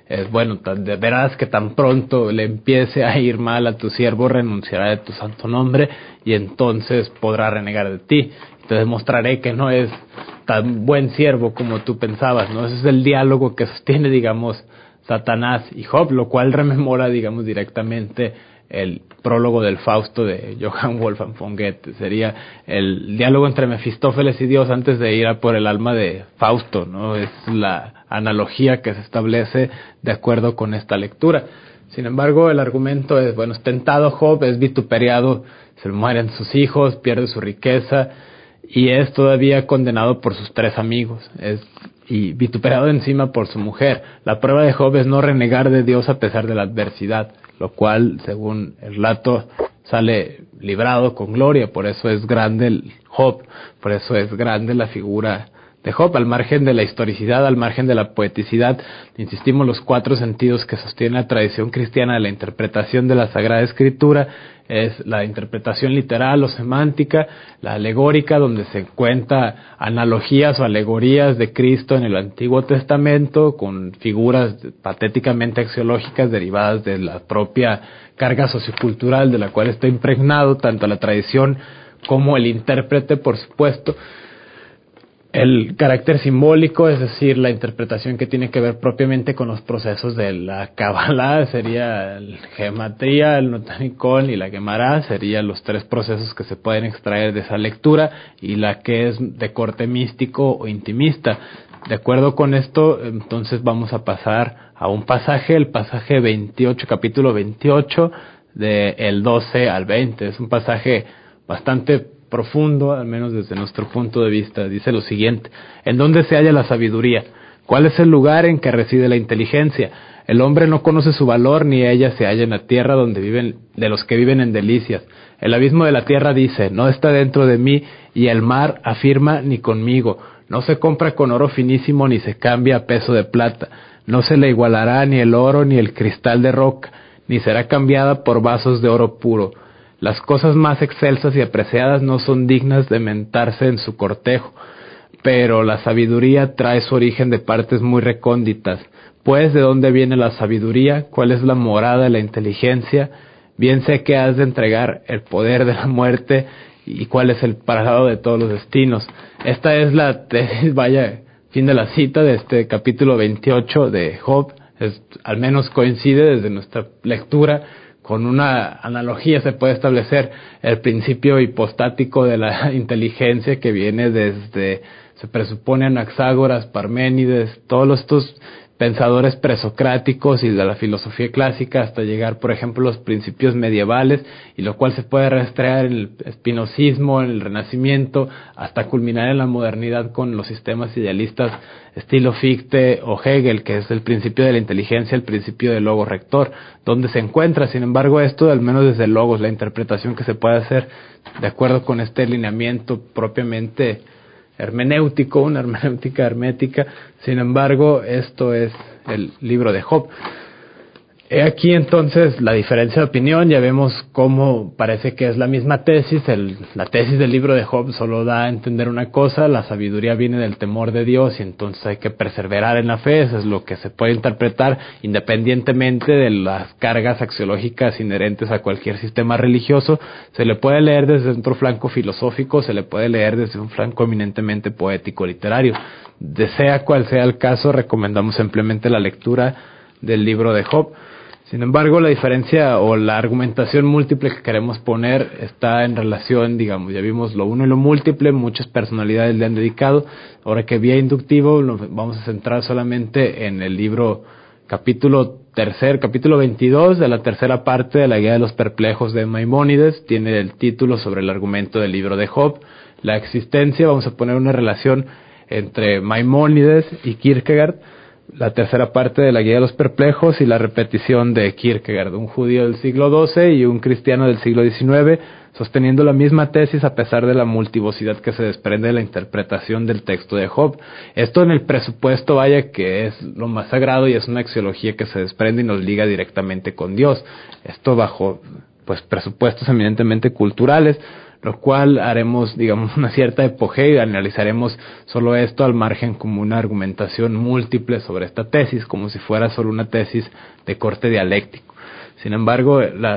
Verás que tan pronto le empiece a ir mal a tu siervo, renunciará de tu santo nombre y entonces podrá renegar de ti. Te demostraré que no es tan buen siervo como tú pensabas, ¿no? Ese es el diálogo que sostiene, Satanás y Job, lo cual rememora, directamente el prólogo del Fausto de Johann Wolfgang von Goethe. Sería el diálogo entre Mefistófeles y Dios antes de ir a por el alma de Fausto, ¿no? Es la analogía que se establece de acuerdo con esta lectura. Sin embargo, el argumento es, es tentado Job, es vituperiado, se le mueren sus hijos, pierde su riqueza y es todavía condenado por sus 3 amigos. Y vituperado encima por su mujer. La prueba de Job es no renegar de Dios a pesar de la adversidad, lo cual, según el relato, sale librado con gloria. Por eso es grande el Job, por eso es grande la figura de Job, al margen de la historicidad, al margen de la poeticidad. Insistimos, los 4 sentidos que sostiene la tradición cristiana de la interpretación de la Sagrada Escritura es la interpretación literal o semántica, la alegórica, donde se cuenta analogías o alegorías de Cristo en el Antiguo Testamento con figuras patéticamente axiológicas derivadas de la propia carga sociocultural de la cual está impregnado tanto la tradición como el intérprete, por supuesto. El carácter simbólico, es decir, la interpretación que tiene que ver propiamente con los procesos de la Kabbalah, sería el gematría, el notanicón y la Gemara, serían los 3 procesos que se pueden extraer de esa lectura, y la que es de corte místico o intimista. De acuerdo con esto, entonces vamos a pasar a un pasaje, el pasaje 28, capítulo 28, del 12 al 20. Es un pasaje bastante profundo, al menos desde nuestro punto de vista. Dice lo siguiente: ¿en dónde se halla la sabiduría? ¿Cuál es el lugar en que reside la inteligencia? El hombre no conoce su valor, ni ella se halla en la tierra donde viven, de los que viven en delicias. El abismo de la tierra dice, no está dentro de mí, y el mar afirma, ni conmigo. No se compra con oro finísimo, ni se cambia a peso de plata. No se le igualará ni el oro, ni el cristal de roca, ni será cambiada por vasos de oro puro. Las cosas más excelsas y apreciadas no son dignas de mentarse en su cortejo, pero la sabiduría trae su origen de partes muy recónditas. Pues, ¿de dónde viene la sabiduría? ¿Cuál es la morada de la inteligencia? Bien sé que has de entregar el poder de la muerte y cuál es el parado de todos los destinos. Esta es la tesis, fin de la cita de este capítulo 28 de Job. Al menos coincide desde nuestra lectura. Con una analogía se puede establecer el principio hipostático de la inteligencia que viene desde, se presupone, Anaxágoras, Parménides, todos estos pensadores presocráticos y de la filosofía clásica hasta llegar, por ejemplo, a los principios medievales, y lo cual se puede rastrear en el espinozismo, en el Renacimiento, hasta culminar en la modernidad con los sistemas idealistas estilo Fichte o Hegel, que es el principio de la inteligencia, el principio del logos rector, donde se encuentra, sin embargo, esto, al menos desde el logos, la interpretación que se puede hacer de acuerdo con este lineamiento propiamente hermenéutico, una hermenéutica hermética. Sin embargo, esto es el libro de Job. He aquí entonces la diferencia de opinión. Ya vemos cómo parece que es la misma tesis. La tesis del libro de Job solo da a entender una cosa: la sabiduría viene del temor de Dios, y entonces hay que perseverar en la fe. Eso es lo que se puede interpretar independientemente de las cargas axiológicas inherentes a cualquier sistema religioso. Se le puede leer desde otro flanco filosófico, se le puede leer desde un flanco eminentemente poético literario. Sea cual sea el caso, recomendamos simplemente la lectura del libro de Job. Sin embargo, la diferencia o la argumentación múltiple que queremos poner está en relación, digamos, ya vimos lo uno y lo múltiple, muchas personalidades le han dedicado. Ahora que vía inductivo, nos vamos a centrar solamente en el libro capítulo 22 de la tercera parte de la Guía de los Perplejos de Maimónides. Tiene el título sobre el argumento del libro de Job. La existencia, vamos a poner una relación entre Maimónides y Kierkegaard, la tercera parte de la Guía de los Perplejos y la repetición de Kierkegaard, un judío del siglo XII y un cristiano del siglo XIX, sosteniendo la misma tesis a pesar de la multivocidad que se desprende de la interpretación del texto de Job. Esto en el presupuesto, vaya, que es lo más sagrado y es una axiología que se desprende y nos liga directamente con Dios. Esto bajo, pues, presupuestos eminentemente culturales, lo cual haremos, digamos, una cierta epogea y analizaremos solo esto al margen como una argumentación múltiple sobre esta tesis, como si fuera solo una tesis de corte dialéctico. Sin embargo,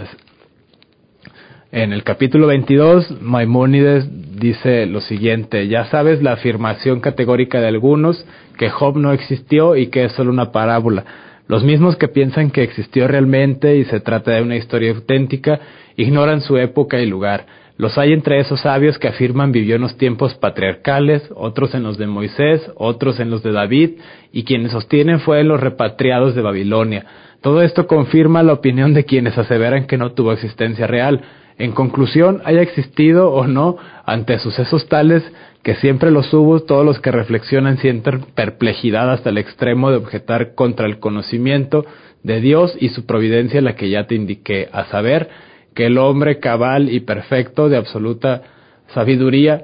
en el capítulo 22, Maimónides dice lo siguiente: ya sabes la afirmación categórica de algunos que Job no existió y que es solo una parábola. Los mismos que piensan que existió realmente y se trata de una historia auténtica, ignoran su época y lugar. Los hay entre esos sabios que afirman vivió en los tiempos patriarcales, otros en los de Moisés, otros en los de David, y quienes sostienen fue en los repatriados de Babilonia. Todo esto confirma la opinión de quienes aseveran que no tuvo existencia real. En conclusión, haya existido o no, ante sucesos tales que siempre los hubo, todos los que reflexionan sienten perplejidad hasta el extremo de objetar contra el conocimiento de Dios y su providencia, la que ya te indiqué, a saber, que el hombre cabal y perfecto de absoluta sabiduría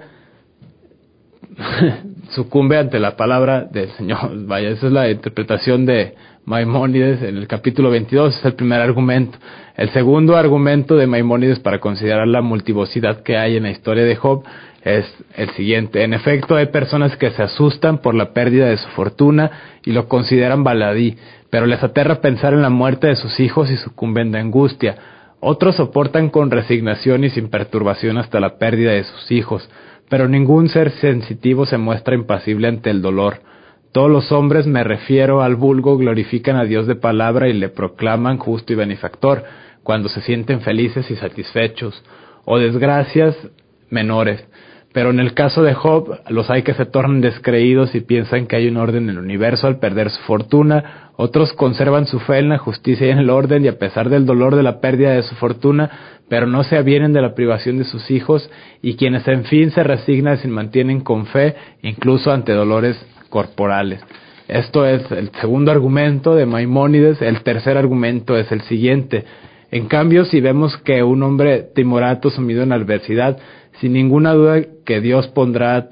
sucumbe ante la palabra del Señor. Vaya, esa es la interpretación de Maimónides en el capítulo 22, es el primer argumento. El segundo argumento de Maimónides para considerar la multivocidad que hay en la historia de Job es el siguiente: en efecto, hay personas que se asustan por la pérdida de su fortuna y lo consideran baladí, pero les aterra pensar en la muerte de sus hijos y sucumben de angustia. Otros soportan con resignación y sin perturbación hasta la pérdida de sus hijos, pero ningún ser sensitivo se muestra impasible ante el dolor. Todos los hombres, me refiero al vulgo, glorifican a Dios de palabra y le proclaman justo y benefactor, cuando se sienten felices y satisfechos, o desgracias menores. Pero en el caso de Job, los hay que se tornan descreídos y piensan que hay un orden en el universo al perder su fortuna. Otros conservan su fe en la justicia y en el orden, y a pesar del dolor de la pérdida de su fortuna, pero no se avienen de la privación de sus hijos, y quienes en fin se resignan y se mantienen con fe, incluso ante dolores corporales. Esto es el segundo argumento de Maimónides. El tercer argumento es el siguiente: en cambio, si vemos que un hombre timorato sumido en la adversidad, sin ninguna duda que Dios pondrá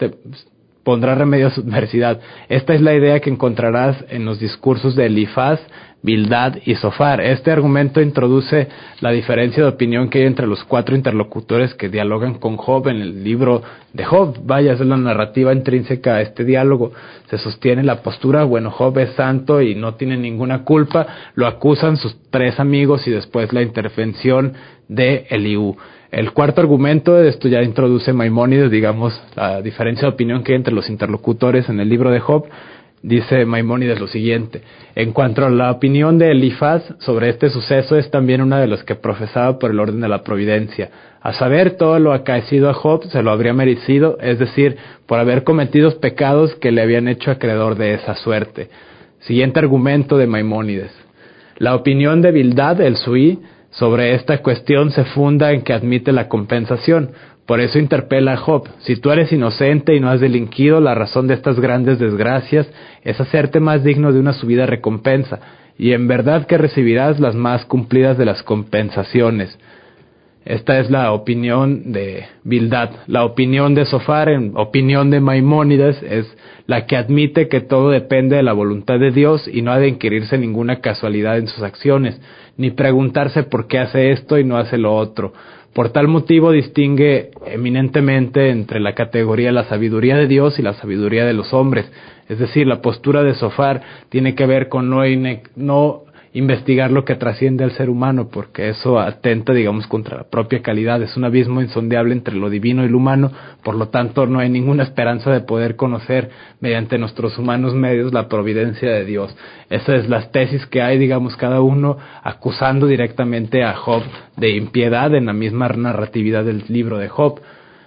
remedio a su adversidad. Esta es la idea que encontrarás en los discursos de Elifaz, Bildad y Zofar. Este argumento introduce la diferencia de opinión que hay entre los cuatro interlocutores que dialogan con Job en el libro de Job. Vaya, esa es la narrativa intrínseca a este diálogo. Se sostiene la postura: bueno, Job es santo y no tiene ninguna culpa. Lo acusan sus tres amigos y después la intervención de Eliú. El cuarto argumento, de esto ya introduce Maimónides, digamos, la diferencia de opinión que hay entre los interlocutores en el libro de Job. Dice Maimónides lo siguiente: en cuanto a la opinión de Elifaz sobre este suceso, es también una de las que profesaba por el orden de la providencia. A saber, todo lo acaecido a Job se lo habría merecido, es decir, por haber cometido pecados que le habían hecho acreedor de esa suerte. Siguiente argumento de Maimónides: la opinión de Bildad, el suí, sobre esta cuestión se funda en que admite la compensación. Por eso interpela a Job: si tú eres inocente y no has delinquido, la razón de estas grandes desgracias es hacerte más digno de una subida recompensa, y en verdad que recibirás las más cumplidas de las compensaciones. Esta es la opinión de Bildad. La opinión de Zofar, en opinión de Maimónides, es la que admite que todo depende de la voluntad de Dios y no ha de inquirirse ninguna casualidad en sus acciones, ni preguntarse por qué hace esto y no hace lo otro. Por tal motivo distingue eminentemente entre la categoría de la sabiduría de Dios y la sabiduría de los hombres. Es decir, la postura de Zofar tiene que ver con no investigar lo que trasciende al ser humano, porque eso atenta, digamos, contra la propia calidad. Es un abismo insondable entre lo divino y lo humano, por lo tanto no hay ninguna esperanza de poder conocer mediante nuestros humanos medios la providencia de Dios. Esas son las tesis que hay, digamos, cada uno acusando directamente a Job de impiedad en la misma narratividad del libro de Job.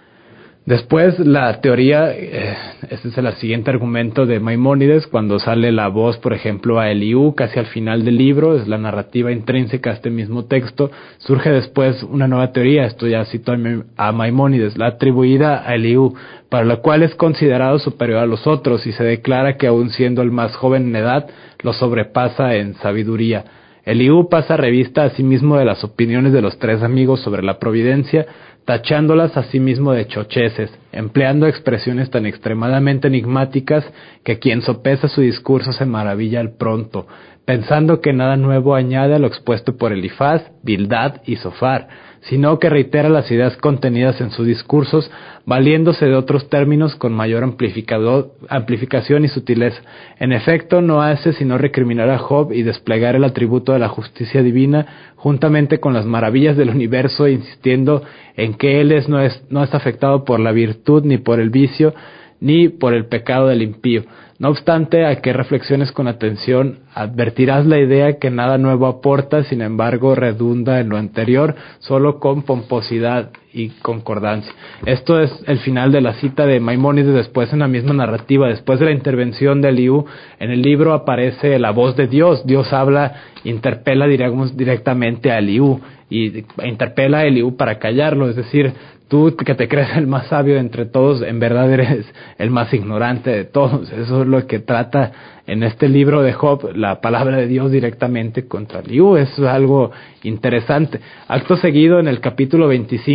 Después la teoría, este es el siguiente argumento de Maimónides, cuando sale la voz, por ejemplo, a Eliú, casi al final del libro, es la narrativa intrínseca a este mismo texto. Surge después una nueva teoría, esto ya cito a Maimónides, la atribuida a Eliú, para la cual es considerado superior a los otros y se declara que aun siendo el más joven en edad, lo sobrepasa en sabiduría. Eliú pasa revista a sí mismo de las opiniones de los tres amigos sobre la providencia, tachándolas a sí mismo de chocheces, empleando expresiones tan extremadamente enigmáticas que quien sopesa su discurso se maravilla al pronto, pensando que nada nuevo añade a lo expuesto por Elifaz, Bildad y Zofar, sino que reitera las ideas contenidas en sus discursos, valiéndose de otros términos con mayor amplificación y sutileza. En efecto, no hace sino recriminar a Job y desplegar el atributo de la justicia divina, juntamente con las maravillas del universo, insistiendo en que él no es afectado por la virtud, ni por el vicio, ni por el pecado del impío. No obstante, a que reflexiones con atención, advertirás la idea que nada nuevo aporta, sin embargo redunda en lo anterior, solo con pomposidad y concordancia. Esto es el final de la cita de Maimónides. Después, en la misma narrativa, después de la intervención de Eliú, en el libro aparece la voz de Dios. Dios habla, interpela, digamos, directamente a Eliú, y interpela a Eliú para callarlo, es decir, tú que te crees el más sabio de entre todos, en verdad eres el más ignorante de todos. Eso es lo que trata en este libro de Job, la palabra de Dios directamente contra Eliú. Eso es algo interesante. Acto seguido, en el capítulo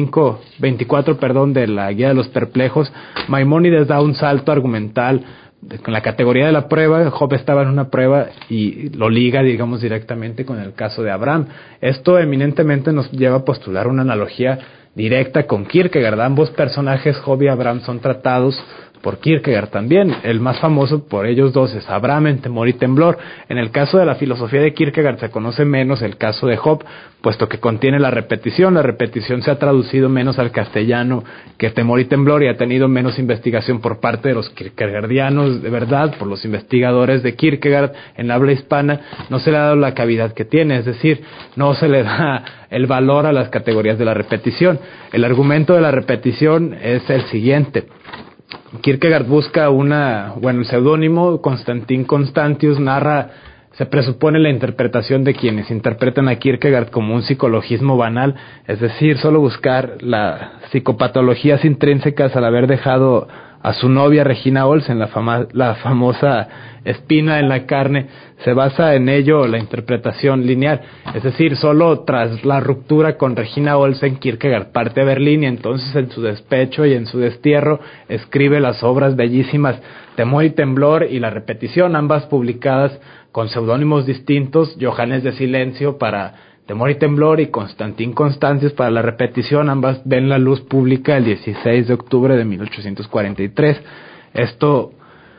24, de la Guía de los Perplejos, Maimónides da un salto argumental con la categoría de la prueba. Job estaba en una prueba y lo liga, digamos, directamente con el caso de Abraham. Esto eminentemente nos lleva a postular una analogía directa con Kierkegaard. Ambos personajes, Job y Abraham, son tratados por Kierkegaard también. El más famoso por ellos dos es Abraham en Temor y Temblor. En el caso de la filosofía de Kierkegaard se conoce menos el caso de Job, puesto que contiene la repetición. La repetición se ha traducido menos al castellano que Temor y Temblor, y ha tenido menos investigación por parte de los kierkegaardianos de verdad, por los investigadores de Kierkegaard en habla hispana. No se le ha dado la cavidad que tiene, es decir, no se le da el valor a las categorías de la repetición. El argumento de la repetición es el siguiente. Kierkegaard busca el seudónimo Constantin Constantius narra, se presupone la interpretación de quienes interpretan a Kierkegaard como un psicologismo banal, es decir, solo buscar las psicopatologías intrínsecas al haber dejado a su novia Regina Olsen, la famosa espina en la carne. Se basa en ello la interpretación lineal, es decir, solo tras la ruptura con Regina Olsen, Kierkegaard parte a Berlín, y entonces en su despecho y en su destierro escribe las obras bellísimas Temor y Temblor y La Repetición, ambas publicadas con seudónimos distintos: Johannes de Silencio para Temor y Temblor y Constantin Constantius para La Repetición. Ambas ven la luz pública el 16 de octubre de 1843. Esto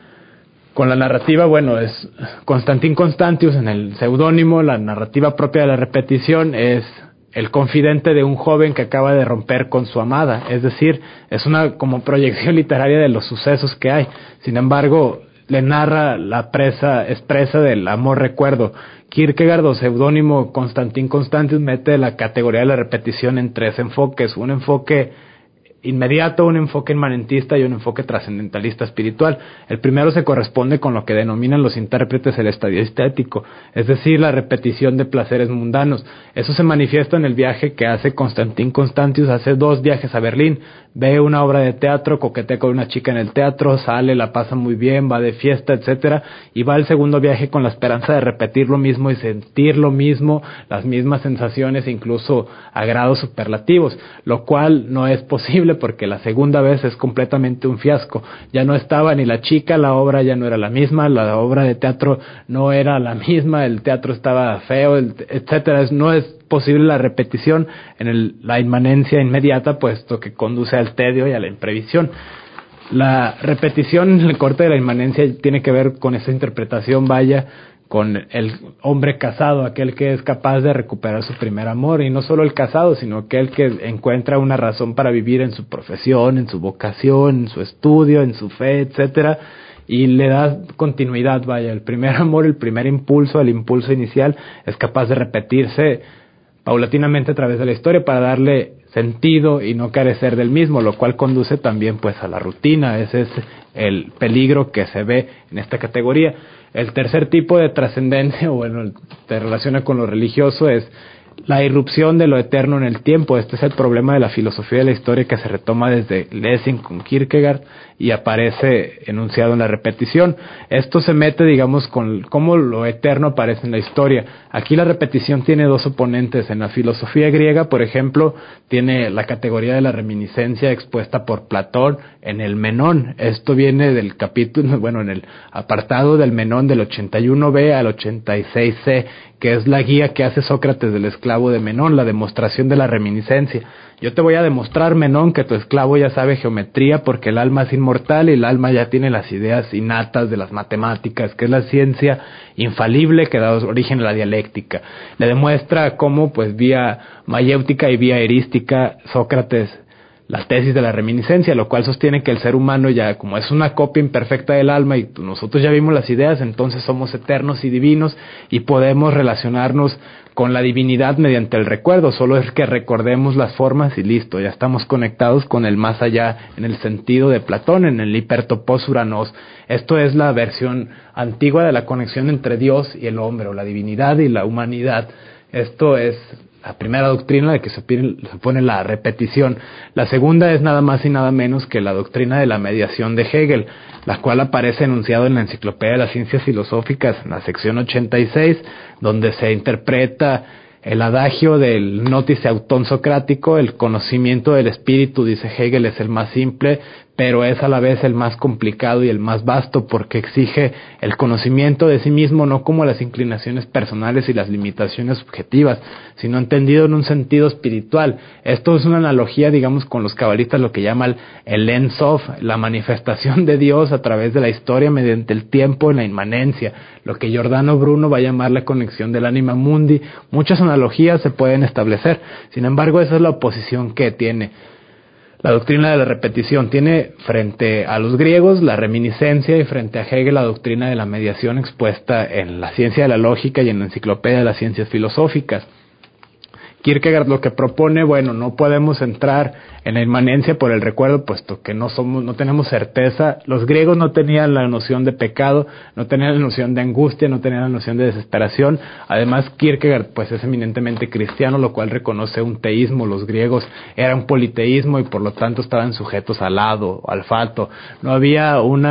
con la narrativa, es Constantin Constantius en el seudónimo. La narrativa propia de La Repetición es el confidente de un joven que acaba de romper con su amada, es decir, es una como proyección literaria de los sucesos que hay. Sin embargo, le narra la expresa del amor recuerdo. Kierkegaard, o seudónimo Constantin Constantius, mete la categoría de la repetición en tres enfoques: un enfoque inmediato, un enfoque inmanentista y un enfoque trascendentalista espiritual. El primero se corresponde con lo que denominan los intérpretes el estadio estético, es decir, la repetición de placeres mundanos. Eso se manifiesta en el viaje que hace Constantin Constantius. Hace 2 viajes a Berlín, ve una obra de teatro, coquetea con una chica en el teatro, sale, la pasa muy bien, va de fiesta, etcétera, y va al segundo viaje con la esperanza de repetir lo mismo y sentir lo mismo, las mismas sensaciones, incluso a grados superlativos, lo cual no es posible porque la segunda vez es completamente un fiasco. Ya no estaba ni la chica, la obra ya no era la misma, la obra de teatro no era la misma, el teatro estaba feo, etcétera. No es posible la repetición en la inmanencia inmediata, puesto que conduce al tedio y a la imprevisión. La repetición en el corte de la inmanencia tiene que ver con esa interpretación con el hombre casado, aquel que es capaz de recuperar su primer amor, y no solo el casado, sino aquel que encuentra una razón para vivir en su profesión, en su vocación, en su estudio, en su fe, etcétera, y le da continuidad, vaya, el primer amor, el primer impulso, el impulso inicial, es capaz de repetirse paulatinamente a través de la historia para darle sentido y no carecer del mismo, lo cual conduce también pues a la rutina. Ese es el peligro que se ve en esta categoría. El tercer tipo de trascendencia, bueno, se relaciona con lo religioso, es la irrupción de lo eterno en el tiempo. Este es el problema de la filosofía de la historia que se retoma desde Lessing con Kierkegaard y aparece enunciado en la repetición. Esto se mete, digamos, con cómo lo eterno aparece en la historia. Aquí la repetición tiene dos oponentes. En la filosofía griega, por ejemplo, tiene la categoría de la reminiscencia expuesta por Platón en el Menón. Esto viene del capítulo, bueno, en el apartado del Menón del 81b al 86c, que es la guía que hace Sócrates del esclavo de Menón, la demostración de la reminiscencia. Yo te voy a demostrar, Menón, que tu esclavo ya sabe geometría porque el alma es inmortal y el alma ya tiene las ideas innatas de las matemáticas, que es la ciencia infalible que da origen a la dialéctica. Le demuestra cómo, pues vía mayéutica y vía erística, Sócrates la tesis de la reminiscencia, lo cual sostiene que el ser humano ya, como es una copia imperfecta del alma y nosotros ya vimos las ideas, entonces somos eternos y divinos y podemos relacionarnos con la divinidad mediante el recuerdo. Solo es que recordemos las formas y listo, ya estamos conectados con el más allá en el sentido de Platón, en el hipertopos uranos. Esto es la versión antigua de la conexión entre Dios y el hombre, o la divinidad y la humanidad. Esto es la primera doctrina de que se pone la repetición. La segunda es nada más y nada menos que la doctrina de la mediación de Hegel, la cual aparece enunciado en la Enciclopedia de las Ciencias Filosóficas, en la sección 86, donde se interpreta el adagio del notice autón socrático: el conocimiento del espíritu, dice Hegel, es el más simple, pero es a la vez el más complicado y el más vasto, porque exige el conocimiento de sí mismo no como las inclinaciones personales y las limitaciones subjetivas, sino entendido en un sentido espiritual. Esto es una analogía, digamos, con los cabalistas, lo que llaman el Ein Sof, la manifestación de Dios a través de la historia mediante el tiempo en la inmanencia, lo que Giordano Bruno va a llamar la conexión del anima mundi. Muchas analogías se pueden establecer, sin embargo, esa es la oposición que tiene la doctrina de la repetición. Tiene frente a los griegos la reminiscencia y frente a Hegel la doctrina de la mediación expuesta en la ciencia de la lógica y en la Enciclopedia de las Ciencias Filosóficas. Kierkegaard lo que propone, bueno, no podemos entrar en la inmanencia por el recuerdo, puesto que no tenemos certeza. Los griegos no tenían la noción de pecado, no tenían la noción de angustia, no tenían la noción de desesperación. Además, Kierkegaard pues es eminentemente cristiano, lo cual reconoce un teísmo. Los griegos eran politeísmo y por lo tanto estaban sujetos al hado, al fato. No había un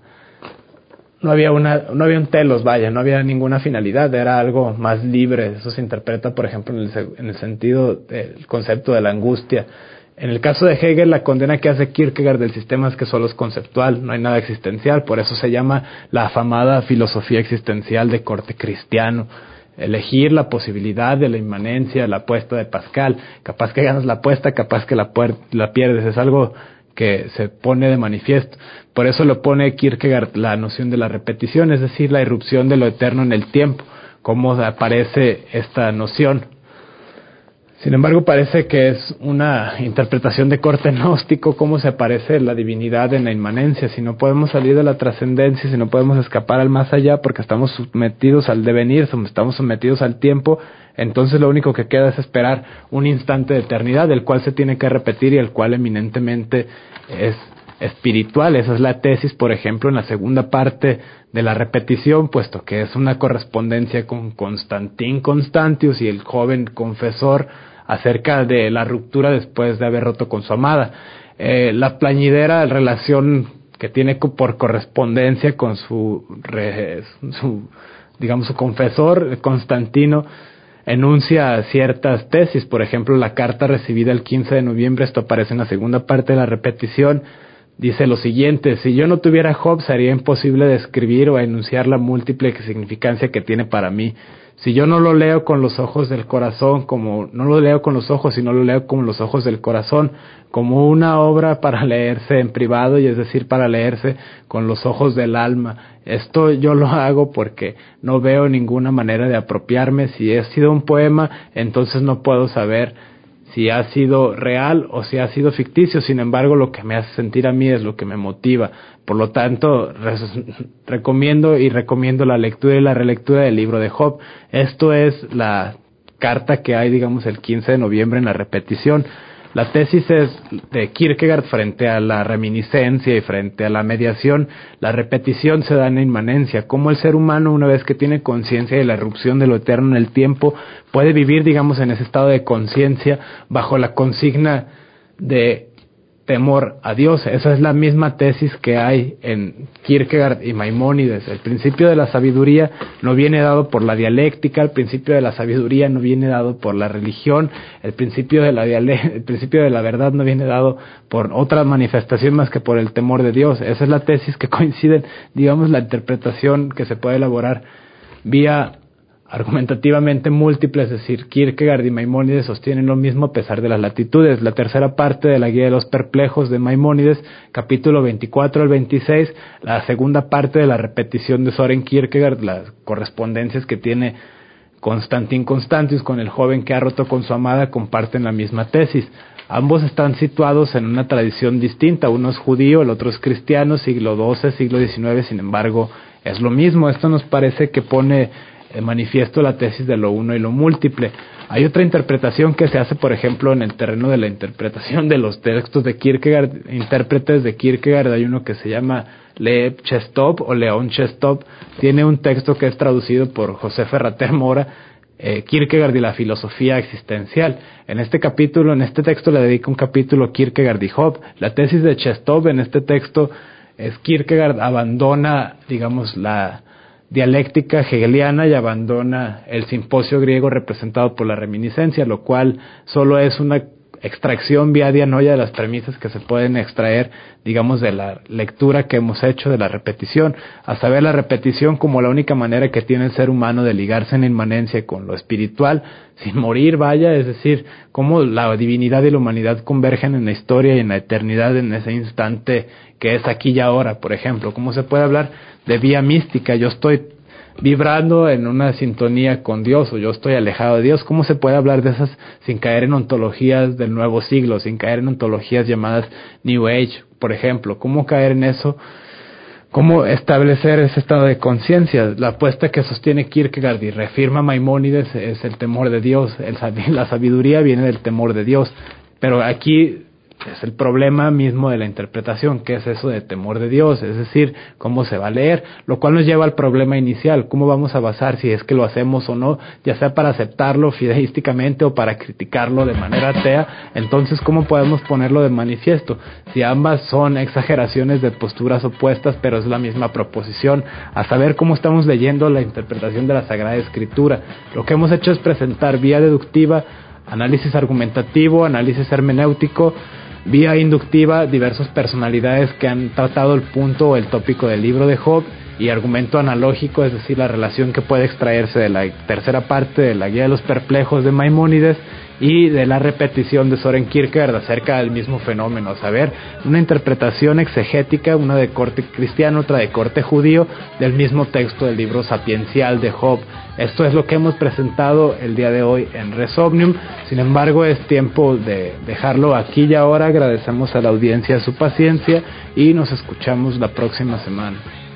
telos, vaya, no había ninguna finalidad, era algo más libre. Eso se interpreta, por ejemplo, en el sentido del concepto de la angustia. En el caso de Hegel, la condena que hace Kierkegaard del sistema es que solo es conceptual, no hay nada existencial, por eso se llama la afamada filosofía existencial de corte cristiano. Elegir la posibilidad de la inmanencia, la apuesta de Pascal, capaz que ganas la apuesta, capaz que la pierdes, es algo que se pone de manifiesto. Por eso lo pone Kierkegaard la noción de la repetición, es decir, la irrupción de lo eterno en el tiempo, cómo aparece esta noción. Sin embargo, parece que es una interpretación de corte gnóstico, cómo se aparece la divinidad en la inmanencia. Si no podemos salir de la trascendencia, si no podemos escapar al más allá porque estamos sometidos al devenir, estamos sometidos al tiempo, entonces lo único que queda es esperar un instante de eternidad, el cual se tiene que repetir y el cual eminentemente es espiritual. Esa es la tesis, por ejemplo, en la segunda parte de la repetición, puesto que es una correspondencia con Constantín Constantius y el joven confesor acerca de la ruptura después de haber roto con su amada. La plañidera relación que tiene por correspondencia con su confesor, Constantino, enuncia ciertas tesis. Por ejemplo, la carta recibida el 15 de noviembre, esto aparece en la segunda parte de la repetición, dice lo siguiente: si yo no tuviera Job, sería imposible describir o enunciar la múltiple significancia que tiene para mí. Si yo no lo leo con los ojos del corazón, como no lo leo con los ojos, sino lo leo con los ojos del corazón, como una obra para leerse en privado, y es decir, para leerse con los ojos del alma. Esto yo lo hago porque no veo ninguna manera de apropiarme. Si ha sido un poema, entonces no puedo saber si ha sido real o si ha sido ficticio. Sin embargo, lo que me hace sentir a mí es lo que me motiva. Por lo tanto, recomiendo la lectura y la relectura del libro de Job. Esto es la carta que hay, digamos, el 15 de noviembre en la repetición. La tesis es de Kierkegaard frente a la reminiscencia y frente a la mediación. La repetición se da en la inmanencia, cómo el ser humano, una vez que tiene conciencia de la irrupción de lo eterno en el tiempo, puede vivir, digamos, en ese estado de conciencia bajo la consigna de temor a Dios. Esa es la misma tesis que hay en Kierkegaard y Maimónides. El principio de la sabiduría no viene dado por la dialéctica, el principio de la sabiduría no viene dado por la religión, el principio de la verdad no viene dado por otra manifestación más que por el temor de Dios. Esa es la tesis que coincide, digamos, la interpretación que se puede elaborar vía argumentativamente múltiple, es decir, Kierkegaard y Maimónides sostienen lo mismo a pesar de las latitudes. La tercera parte de la Guía de los Perplejos de Maimónides, capítulo 24 al 26, la segunda parte de la repetición de Søren Kierkegaard, las correspondencias que tiene Constantin Constantius con el joven que ha roto con su amada, comparten la misma tesis. Ambos están situados en una tradición distinta, uno es judío, el otro es cristiano, siglo XII, siglo XIX, sin embargo, es lo mismo. Esto nos parece que pone manifiesto la tesis de lo uno y lo múltiple. Hay otra interpretación que se hace, por ejemplo, en el terreno de la interpretación de los textos de Kierkegaard, intérpretes de Kierkegaard. Hay uno que se llama Lev Chestov o León Chestov, tiene un texto que es traducido por José Ferrater Mora, Kierkegaard y la filosofía existencial. En este texto le dedica un capítulo a Kierkegaard y Job. La tesis de Chestov en este texto es Kierkegaard abandona, digamos, la dialéctica hegeliana y abandona el simposio griego representado por la reminiscencia, lo cual solo es una extracción vía dianoia de las premisas que se pueden extraer, digamos, de la lectura que hemos hecho de la repetición, a saber, la repetición como la única manera que tiene el ser humano de ligarse en inmanencia con lo espiritual, sin morir, vaya, es decir, cómo la divinidad y la humanidad convergen en la historia y en la eternidad en ese instante que es aquí y ahora. Por ejemplo, cómo se puede hablar de vía mística, yo estoy vibrando en una sintonía con Dios o yo estoy alejado de Dios. ¿Cómo se puede hablar de esas sin caer en ontologías del nuevo siglo, sin caer en ontologías llamadas New Age, por ejemplo? ¿Cómo caer en eso? ¿Cómo establecer ese estado de conciencia? La apuesta que sostiene Kierkegaard y reafirma Maimónides es el temor de Dios. La sabiduría viene del temor de Dios, pero aquí es el problema mismo de la interpretación. ¿Qué es eso de temor de Dios? Es decir, ¿cómo se va a leer? Lo cual nos lleva al problema inicial. ¿Cómo vamos a basar si es que lo hacemos o no? Ya sea para aceptarlo fideísticamente o para criticarlo de manera atea. Entonces, ¿cómo podemos ponerlo de manifiesto? Si ambas son exageraciones de posturas opuestas, pero es la misma proposición. A saber, cómo estamos leyendo la interpretación de la Sagrada Escritura. Lo que hemos hecho es presentar vía deductiva, análisis argumentativo, análisis hermenéutico, vía inductiva, diversas personalidades que han tratado el punto o el tópico del libro de Job, y argumento analógico, es decir, la relación que puede extraerse de la tercera parte de la Guía de los Perplejos de Maimónides y de la repetición de Søren Kierkegaard acerca del mismo fenómeno. A saber, una interpretación exegética, una de corte cristiano, otra de corte judío, del mismo texto del libro sapiencial de Job. Esto es lo que hemos presentado el día de hoy en Res Omnium. Sin embargo, es tiempo de dejarlo aquí y ahora. Agradecemos a la audiencia su paciencia y nos escuchamos la próxima semana.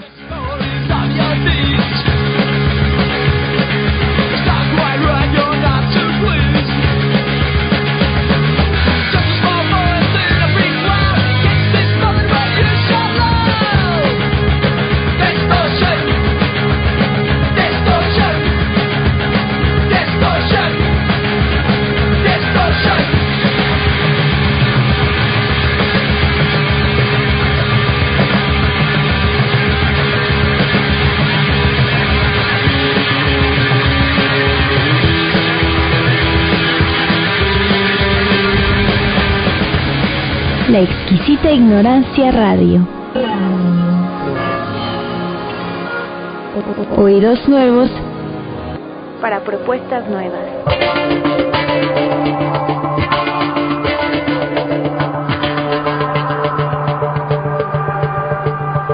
La Exquisita Ignorancia Radio. Oídos nuevos para propuestas nuevas.